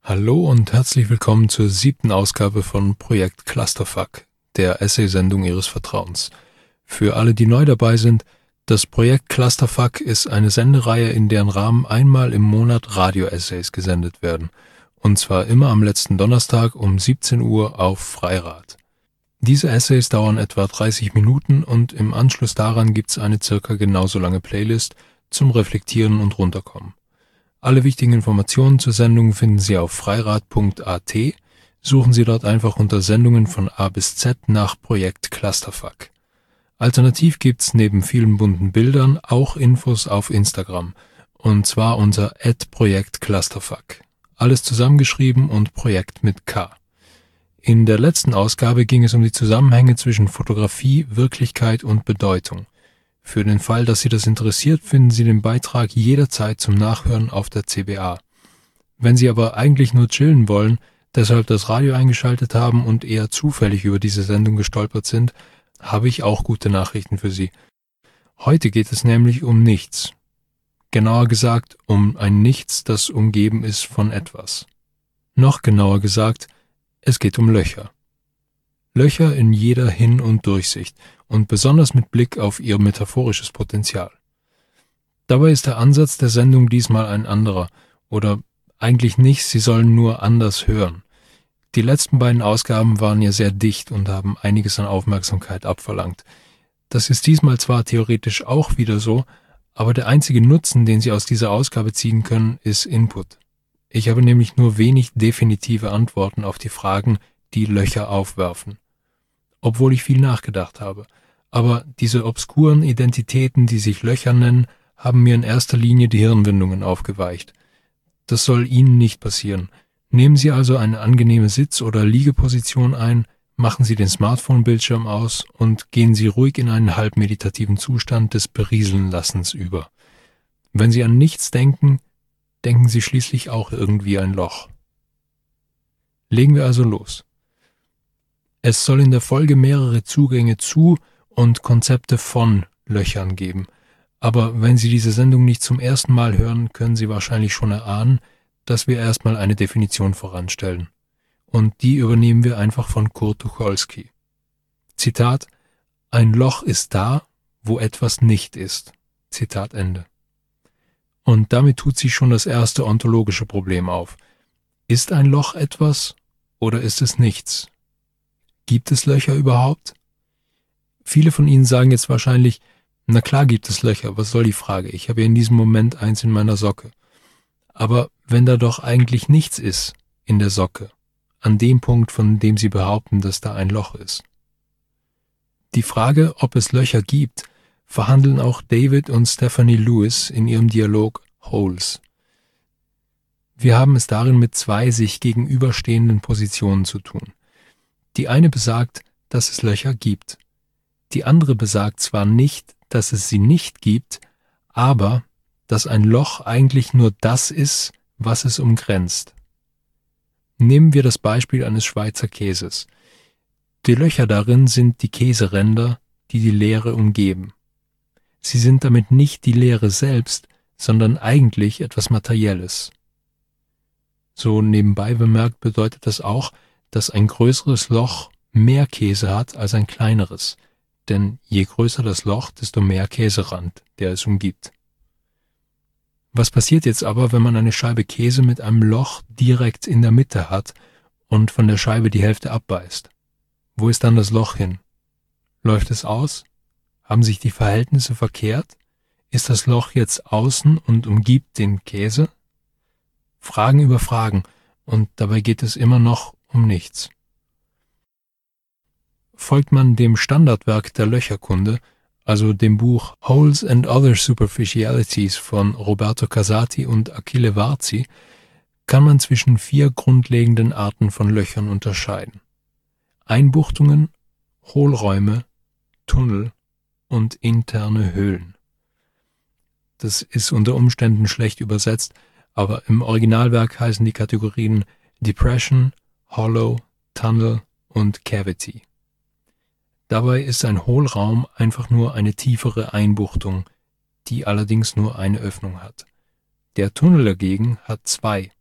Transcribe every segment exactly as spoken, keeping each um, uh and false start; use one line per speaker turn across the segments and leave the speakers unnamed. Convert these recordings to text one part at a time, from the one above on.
Hallo und herzlich willkommen zur siebten Ausgabe von Projekt Clusterfuck, der Essay-Sendung Ihres Vertrauens. Für alle, die neu dabei sind, das Projekt Clusterfuck ist eine Sendereihe, in deren Rahmen einmal im Monat Radio-Essays gesendet werden. Und zwar immer am letzten Donnerstag um siebzehn Uhr auf Freirad. Diese Essays dauern etwa dreißig Minuten und im Anschluss daran gibt's eine circa genauso lange Playlist zum Reflektieren und Runterkommen. Alle wichtigen Informationen zur Sendung finden Sie auf freirad punkt a t. Suchen Sie dort einfach unter Sendungen von A bis Z nach Projekt Clusterfuck. Alternativ gibt's neben vielen bunten Bildern auch Infos auf Instagram, und zwar unter at projekt clusterfuck. Alles zusammengeschrieben und Projekt mit K. In der letzten Ausgabe ging es um die Zusammenhänge zwischen Fotografie, Wirklichkeit und Bedeutung. Für den Fall, dass Sie das interessiert, finden Sie den Beitrag jederzeit zum Nachhören auf der C B A. Wenn Sie aber eigentlich nur chillen wollen, deshalb das Radio eingeschaltet haben und eher zufällig über diese Sendung gestolpert sind, habe ich auch gute Nachrichten für Sie. Heute geht es nämlich um nichts. Genauer gesagt, um ein Nichts, das umgeben ist von etwas. Noch genauer gesagt, es geht um Löcher. Löcher in jeder Hin- und Durchsicht und besonders mit Blick auf ihr metaphorisches Potenzial. Dabei ist der Ansatz der Sendung diesmal ein anderer, oder eigentlich nicht, Sie sollen nur anders hören. Die letzten beiden Ausgaben waren ja sehr dicht und haben einiges an Aufmerksamkeit abverlangt. Das ist diesmal zwar theoretisch auch wieder so, aber der einzige Nutzen, den Sie aus dieser Ausgabe ziehen können, ist Input. Ich habe nämlich nur wenig definitive Antworten auf die Fragen, die Löcher aufwerfen. Obwohl ich viel nachgedacht habe. Aber diese obskuren Identitäten, die sich Löcher nennen, haben mir in erster Linie die Hirnwindungen aufgeweicht. Das soll Ihnen nicht passieren. Nehmen Sie also eine angenehme Sitz- oder Liegeposition ein, machen Sie den Smartphone-Bildschirm aus und gehen Sie ruhig in einen halbmeditativen Zustand des Berieseln-Lassens über. Wenn Sie an nichts denken, denken Sie schließlich auch irgendwie ein Loch. Legen wir also los. Es soll in der Folge mehrere Zugänge zu und Konzepte von Löchern geben. Aber wenn Sie diese Sendung nicht zum ersten Mal hören, können Sie wahrscheinlich schon erahnen, dass wir erstmal eine Definition voranstellen. Und die übernehmen wir einfach von Kurt Tucholsky. Zitat: Ein Loch ist da, wo etwas nicht ist. Zitat Ende. Und damit tut sich schon das erste ontologische Problem auf. Ist ein Loch etwas oder ist es nichts? Gibt es Löcher überhaupt? Viele von Ihnen sagen jetzt wahrscheinlich, na klar gibt es Löcher, was soll die Frage? Ich habe ja in diesem Moment eins in meiner Socke. Aber wenn da doch eigentlich nichts ist in der Socke, an dem Punkt, von dem Sie behaupten, dass da ein Loch ist. Die Frage, ob es Löcher gibt, verhandeln auch David und Stephanie Lewis in ihrem Dialog Holes. Wir haben es darin mit zwei sich gegenüberstehenden Positionen zu tun. Die eine besagt, dass es Löcher gibt. Die andere besagt zwar nicht, dass es sie nicht gibt, aber dass ein Loch eigentlich nur das ist, was es umgrenzt. Nehmen wir das Beispiel eines Schweizer Käses. Die Löcher darin sind die Käseränder, die die Leere umgeben. Sie sind damit nicht die Leere selbst, sondern eigentlich etwas Materielles. So nebenbei bemerkt bedeutet das auch, dass ein größeres Loch mehr Käse hat als ein kleineres, denn je größer das Loch, desto mehr Käserand, der es umgibt. Was passiert jetzt aber, wenn man eine Scheibe Käse mit einem Loch direkt in der Mitte hat und von der Scheibe die Hälfte abbeißt? Wo ist dann das Loch hin? Läuft es aus? Haben sich die Verhältnisse verkehrt? Ist das Loch jetzt außen und umgibt den Käse? Fragen über Fragen, und dabei geht es immer noch um nichts. Folgt man dem Standardwerk der Löcherkunde, also dem Buch Holes and Other Superficialities von Roberto Casati und Achille Varzi, kann man zwischen vier grundlegenden Arten von Löchern unterscheiden. Einbuchtungen, Hohlräume, Tunnel und interne Höhlen. Das ist unter Umständen schlecht übersetzt, aber im Originalwerk heißen die Kategorien Depression, Hollow, Tunnel und Cavity. Dabei ist ein Hohlraum einfach nur eine tiefere Einbuchtung, die allerdings nur eine Öffnung hat. Der Tunnel dagegen hat zwei,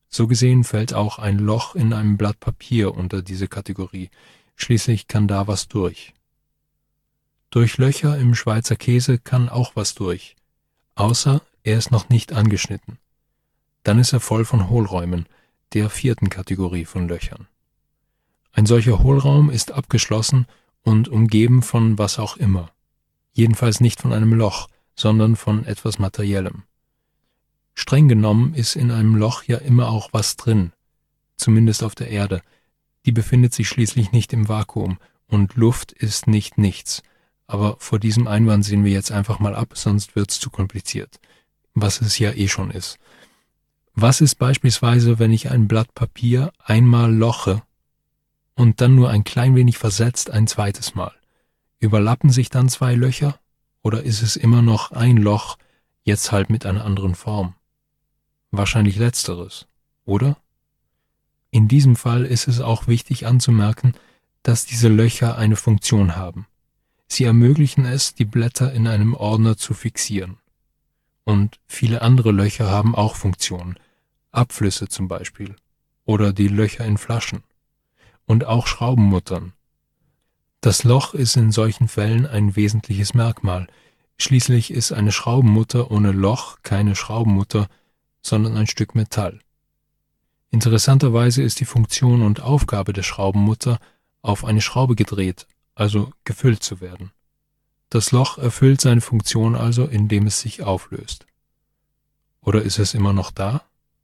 So gesehen fällt auch ein Loch in einem Blatt Papier unter diese Kategorie. Schließlich kann da was durch. Durch Löcher im Schweizer Käse kann auch was durch, außer er ist noch nicht angeschnitten. Dann ist er voll von Hohlräumen, der vierten Kategorie von Löchern. Ein solcher Hohlraum ist abgeschlossen und umgeben von was auch immer. Jedenfalls nicht von einem Loch, sondern von etwas Materiellem. Streng genommen ist in einem Loch ja immer auch was drin, zumindest auf der Erde. Die befindet sich schließlich nicht im Vakuum und Luft ist nicht nichts. Aber vor diesem Einwand sehen wir jetzt einfach mal ab, sonst wird's zu kompliziert, was es ja eh schon ist. Was ist beispielsweise, wenn ich ein Blatt Papier einmal loche und dann nur ein klein wenig versetzt ein zweites Mal? Überlappen sich dann zwei Löcher oder ist es immer noch ein Loch, jetzt halt mit einer anderen Form? Wahrscheinlich letzteres, oder? In diesem Fall ist es auch wichtig anzumerken, dass diese Löcher eine Funktion haben. Sie ermöglichen es, die Blätter in einem Ordner zu fixieren. Und viele andere Löcher haben auch Funktionen, Abflüsse zum Beispiel, oder die Löcher in Flaschen. Und auch Schraubenmuttern. Das Loch ist in solchen Fällen ein wesentliches Merkmal. Schließlich ist eine Schraubenmutter ohne Loch keine Schraubenmutter, sondern ein Stück Metall. Interessanterweise ist die Funktion und Aufgabe der Schraubenmutter auf eine Schraube gedreht, also gefüllt zu werden. Das Loch erfüllt seine Funktion also, indem es sich auflöst. Oder ist es immer noch da?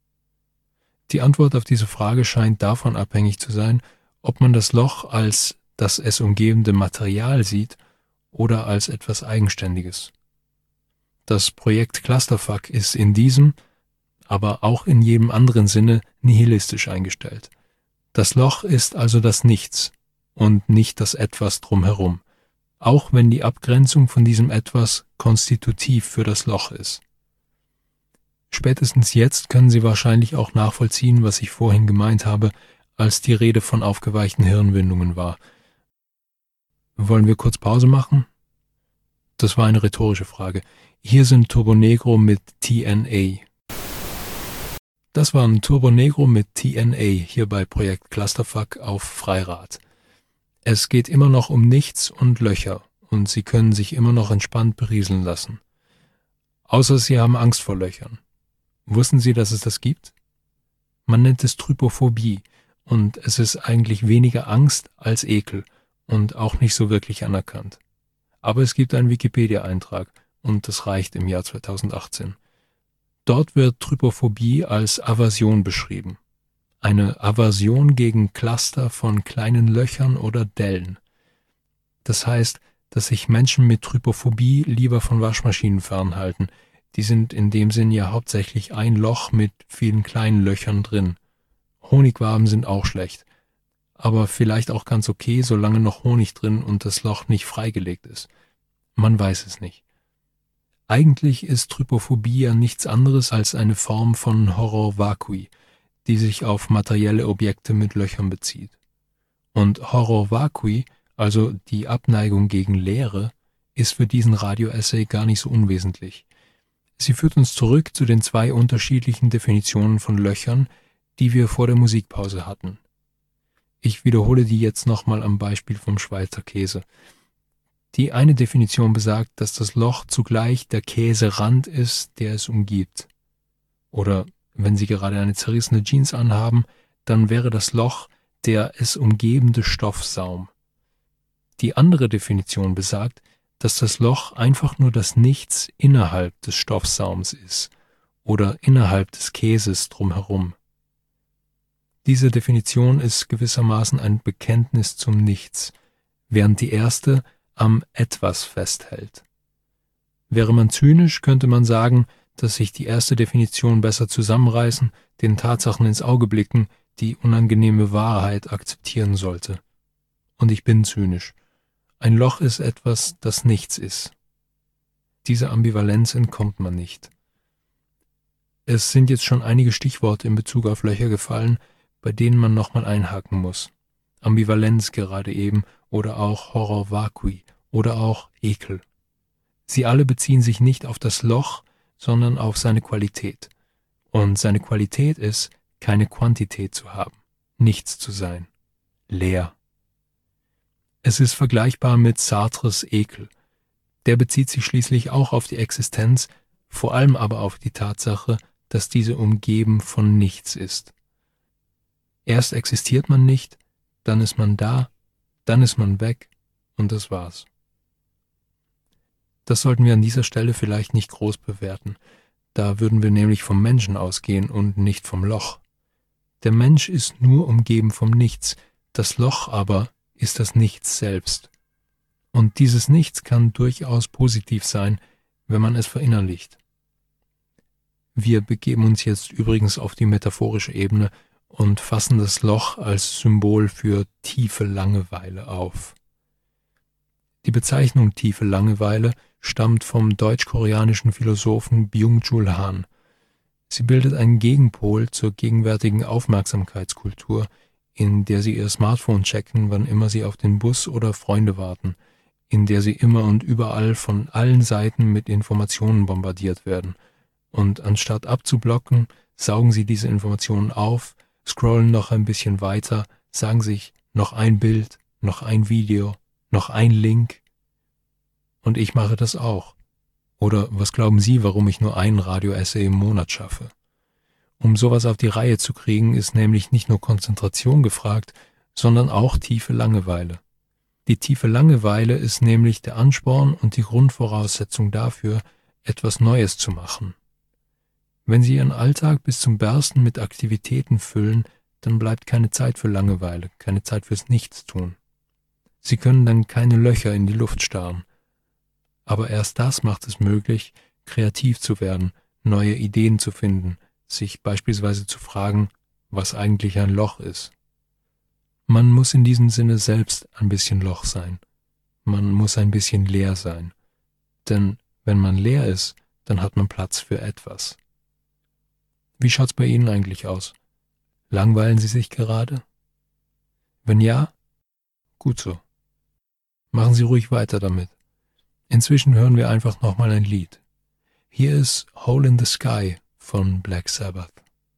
Die Antwort auf diese Frage scheint davon abhängig zu sein, ob man das Loch als das es umgebende Material sieht oder als etwas Eigenständiges. Das Projekt Clusterfuck ist in diesem, aber auch in jedem anderen Sinne nihilistisch eingestellt. Das Loch ist also das Nichts und nicht das Etwas drumherum, auch wenn die Abgrenzung von diesem Etwas konstitutiv für das Loch ist. Spätestens jetzt können Sie wahrscheinlich auch nachvollziehen, was ich vorhin gemeint habe, als die Rede von aufgeweichten Hirnwindungen war. Wollen wir kurz Pause machen? Das war eine rhetorische Frage. Hier sind Turbo Negro mit T N A. Das war ein Turbo Negro mit T N A hier bei Projekt Clusterfuck auf Freirad. Es geht immer noch um nichts und Löcher und Sie können sich immer noch entspannt berieseln lassen. Außer Sie haben Angst vor Löchern. Wussten Sie, dass es das gibt? Man nennt es Trypophobie und es ist eigentlich weniger Angst als Ekel und auch nicht so wirklich anerkannt. Aber es gibt einen Wikipedia-Eintrag und das reicht im Jahr zweitausendachtzehn. Dort wird Trypophobie als Aversion beschrieben. Eine Aversion gegen Cluster von kleinen Löchern oder Dellen. Das heißt, dass sich Menschen mit Trypophobie lieber von Waschmaschinen fernhalten. Die sind in dem Sinn ja hauptsächlich ein Loch mit vielen kleinen Löchern drin. Honigwaben sind auch schlecht, aber vielleicht auch ganz okay, solange noch Honig drin und das Loch nicht freigelegt ist. Man weiß es nicht. Eigentlich ist Trypophobie ja nichts anderes als eine Form von Horror vacui, die sich auf materielle Objekte mit Löchern bezieht. Und Horror vacui, also die Abneigung gegen Leere, ist für diesen Radio-Essay gar nicht so unwesentlich. Sie führt uns zurück zu den zwei unterschiedlichen Definitionen von Löchern, die wir vor der Musikpause hatten. Ich wiederhole die jetzt nochmal am Beispiel vom Schweizer Käse. Die eine Definition besagt, dass das Loch zugleich der Käserand ist, der es umgibt. Oder wenn Sie gerade eine zerrissene Jeans anhaben, dann wäre das Loch der es umgebende Stoffsaum. Die andere Definition besagt, dass das Loch einfach nur das Nichts innerhalb des Stoffsaums ist oder innerhalb des Käses drumherum. Diese Definition ist gewissermaßen ein Bekenntnis zum Nichts, während die erste am Etwas festhält. Wäre man zynisch, könnte man sagen, dass sich die erste Definition besser zusammenreißen, den Tatsachen ins Auge blicken, die unangenehme Wahrheit akzeptieren sollte. Und ich bin zynisch. Ein Loch ist etwas, das nichts ist. Dieser Ambivalenz entkommt man nicht. Es sind jetzt schon einige Stichworte in Bezug auf Löcher gefallen, bei denen man nochmal einhaken muss. Ambivalenz gerade eben oder auch Horror vacui oder auch Ekel. Sie alle beziehen sich nicht auf das Loch, sondern auf seine Qualität. Und seine Qualität ist, keine Quantität zu haben, nichts zu sein, leer. Es ist vergleichbar mit Sartres Ekel. Der bezieht sich schließlich auch auf die Existenz, vor allem aber auf die Tatsache, dass diese umgeben von nichts ist. Erst existiert man nicht, dann ist man da, dann ist man weg und das war's. Das sollten wir an dieser Stelle vielleicht nicht groß bewerten. Da würden wir nämlich vom Menschen ausgehen und nicht vom Loch. Der Mensch ist nur umgeben vom Nichts, das Loch aber ist das Nichts selbst. Und dieses Nichts kann durchaus positiv sein, wenn man es verinnerlicht. Wir begeben uns jetzt übrigens auf die metaphorische Ebene und fassen das Loch als Symbol für tiefe Langeweile auf. Die Bezeichnung tiefe Langeweile stammt vom deutsch-koreanischen Philosophen Byung-Chul Han. Sie bildet einen Gegenpol zur gegenwärtigen Aufmerksamkeitskultur, in der Sie Ihr Smartphone checken, wann immer Sie auf den Bus oder Freunde warten, in der Sie immer und überall von allen Seiten mit Informationen bombardiert werden. Und anstatt abzublocken, saugen Sie diese Informationen auf, scrollen noch ein bisschen weiter, sagen sich noch ein Bild, noch ein Video, noch ein Link. Und ich mache das auch. Oder was glauben Sie, warum ich nur ein Radio-Essay im Monat schaffe? Um sowas auf die Reihe zu kriegen, ist nämlich nicht nur Konzentration gefragt, sondern auch tiefe Langeweile. Die tiefe Langeweile ist nämlich der Ansporn und die Grundvoraussetzung dafür, etwas Neues zu machen. Wenn Sie Ihren Alltag bis zum Bersten mit Aktivitäten füllen, dann bleibt keine Zeit für Langeweile, keine Zeit fürs Nichtstun. Sie können dann keine Löcher in die Luft starren. Aber erst das macht es möglich, kreativ zu werden, neue Ideen zu finden, sich beispielsweise zu fragen, was eigentlich ein Loch ist. Man muss in diesem Sinne selbst ein bisschen Loch sein. Man muss ein bisschen leer sein. Denn wenn man leer ist, dann hat man Platz für etwas. Wie schaut's bei Ihnen eigentlich aus? Langweilen Sie sich gerade? Wenn ja, gut so. Machen Sie ruhig weiter damit. Inzwischen hören wir einfach nochmal ein Lied. Hier ist Hole in the Sky von Black Sabbath.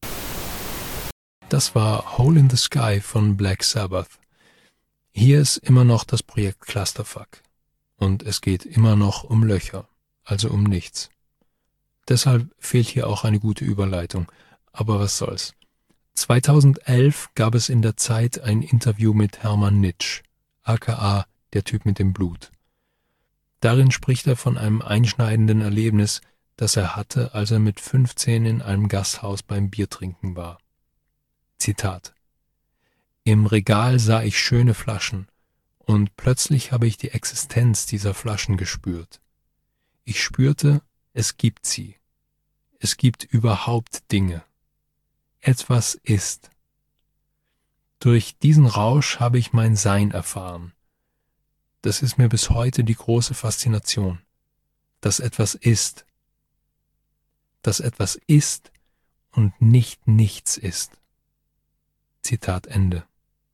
Das war Hole in the Sky von Black Sabbath. Hier ist immer noch das Projekt Clusterfuck. Und es geht immer noch um Löcher, also um nichts. Deshalb fehlt hier auch eine gute Überleitung. Aber was soll's. zweitausendelf gab es in der Zeit ein Interview mit Hermann Nitsch, aka der Typ mit dem Blut. Darin spricht er von einem einschneidenden Erlebnis, das er hatte, als er mit fünfzehn in einem Gasthaus beim Biertrinken war. Zitat: Im Regal sah ich schöne Flaschen, und plötzlich habe ich die Existenz dieser Flaschen gespürt. Ich spürte, es gibt sie. Es gibt überhaupt Dinge. Etwas ist. Durch diesen Rausch habe ich mein Sein erfahren. Das ist mir bis heute die große Faszination. Dass etwas ist. Dass etwas ist und nicht nichts ist. Zitat Ende.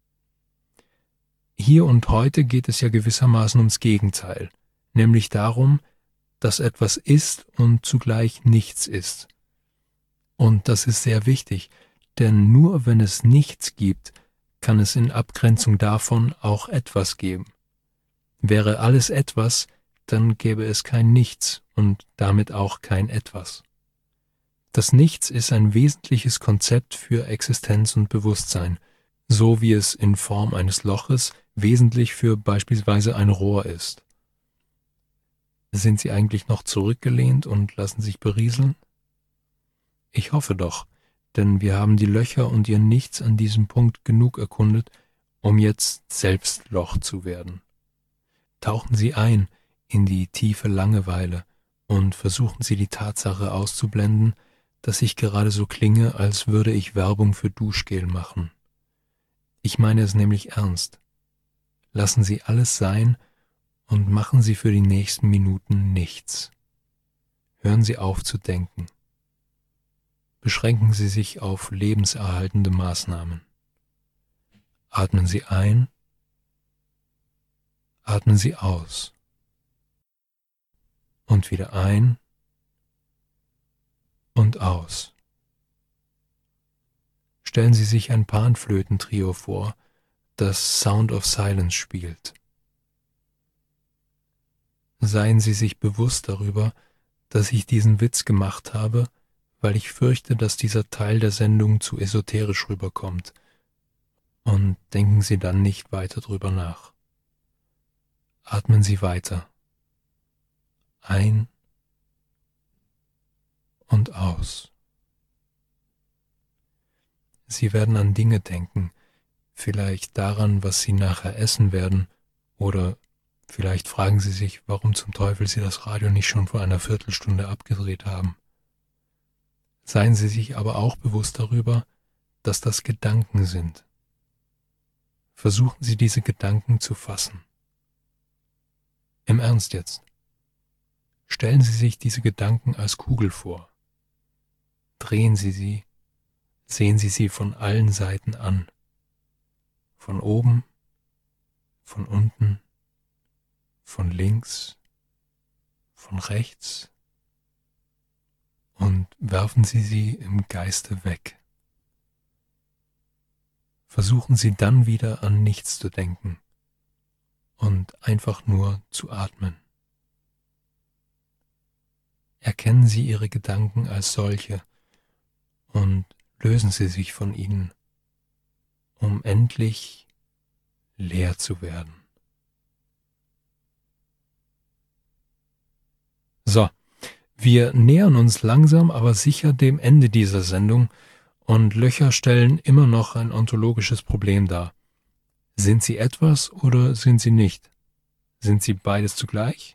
Hier und heute geht es ja gewissermaßen ums Gegenteil, nämlich darum, dass etwas ist und zugleich nichts ist. Und das ist sehr wichtig, denn nur wenn es nichts gibt, kann es in Abgrenzung davon auch etwas geben. Wäre alles etwas, dann gäbe es kein Nichts und damit auch kein Etwas. Das Nichts ist ein wesentliches Konzept für Existenz und Bewusstsein, so wie es in Form eines Loches wesentlich für beispielsweise ein Rohr ist. Sind Sie eigentlich noch zurückgelehnt und lassen sich berieseln? Ich hoffe doch, denn wir haben die Löcher und ihr Nichts an diesem Punkt genug erkundet, um jetzt selbst Loch zu werden. Tauchen Sie ein in die tiefe Langeweile und versuchen Sie die Tatsache auszublenden, dass ich gerade so klinge, als würde ich Werbung für Duschgel machen. Ich meine es nämlich ernst. Lassen Sie alles sein und machen Sie für die nächsten Minuten nichts. Hören Sie auf zu denken. Beschränken Sie sich auf lebenserhaltende Maßnahmen. Atmen Sie ein, atmen Sie aus. Und wieder ein und aus. Stellen Sie sich ein Panflötentrio vor, das Sound of Silence spielt. Seien Sie sich bewusst darüber, dass ich diesen Witz gemacht habe, weil ich fürchte, dass dieser Teil der Sendung zu esoterisch rüberkommt. Und denken Sie dann nicht weiter drüber nach. Atmen Sie weiter. Ein und aus. Sie werden an Dinge denken, vielleicht daran, was Sie nachher essen werden, oder vielleicht fragen Sie sich, warum zum Teufel Sie das Radio nicht schon vor einer Viertelstunde abgedreht haben. Seien Sie sich aber auch bewusst darüber, dass das Gedanken sind. Versuchen Sie diese Gedanken zu fassen. Im Ernst jetzt. Stellen Sie sich diese Gedanken als Kugel vor. Drehen Sie sie, sehen Sie sie von allen Seiten an. Von oben, von unten, von links, von rechts, und werfen Sie sie im Geiste weg. Versuchen Sie dann wieder an nichts zu denken und einfach nur zu atmen. Erkennen Sie Ihre Gedanken als solche und lösen Sie sich von ihnen, um endlich leer zu werden. So. Wir nähern uns langsam, aber sicher dem Ende dieser Sendung, und Löcher stellen immer noch ein ontologisches Problem dar. Sind sie etwas oder sind sie nicht? Sind sie beides zugleich?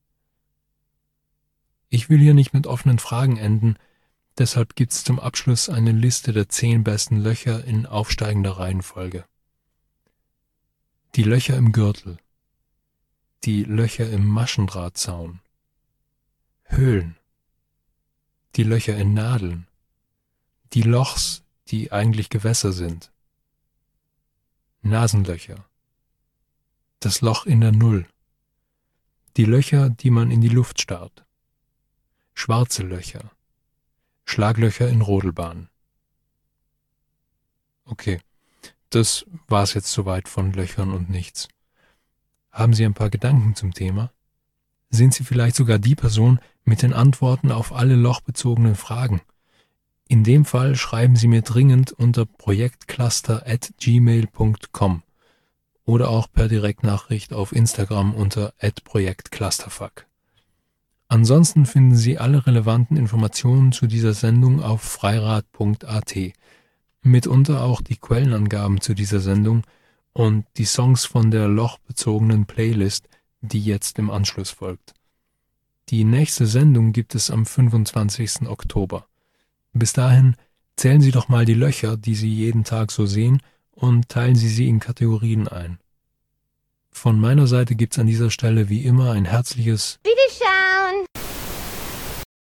Ich will hier nicht mit offenen Fragen enden, deshalb gibt's zum Abschluss eine Liste der zehn besten Löcher in aufsteigender Reihenfolge. Die Löcher im Gürtel, die Löcher im Maschendrahtzaun, Höhlen, die Löcher in Nadeln, die Lochs, die eigentlich Gewässer sind, Nasenlöcher, das Loch in der Null, die Löcher, die man in die Luft starrt, schwarze Löcher, Schlaglöcher in Rodelbahnen. Okay, das war's jetzt soweit von Löchern und nichts. Haben Sie ein paar Gedanken zum Thema? Sind Sie vielleicht sogar die Person mit den Antworten auf alle lochbezogenen Fragen? In dem Fall schreiben Sie mir dringend unter projektcluster at gmail punkt com oder auch per Direktnachricht auf Instagram unter at projektclusterfuck. Ansonsten finden Sie alle relevanten Informationen zu dieser Sendung auf freirad punkt at, mitunter auch die Quellenangaben zu dieser Sendung und die Songs von der lochbezogenen Playlist, die jetzt im Anschluss folgt. Die nächste Sendung gibt es am fünfundzwanzigsten Oktober. Bis dahin zählen Sie doch mal die Löcher, die Sie jeden Tag so sehen, und teilen Sie sie in Kategorien ein. Von meiner Seite gibt's an dieser Stelle wie immer ein herzliches
Wiederschauen!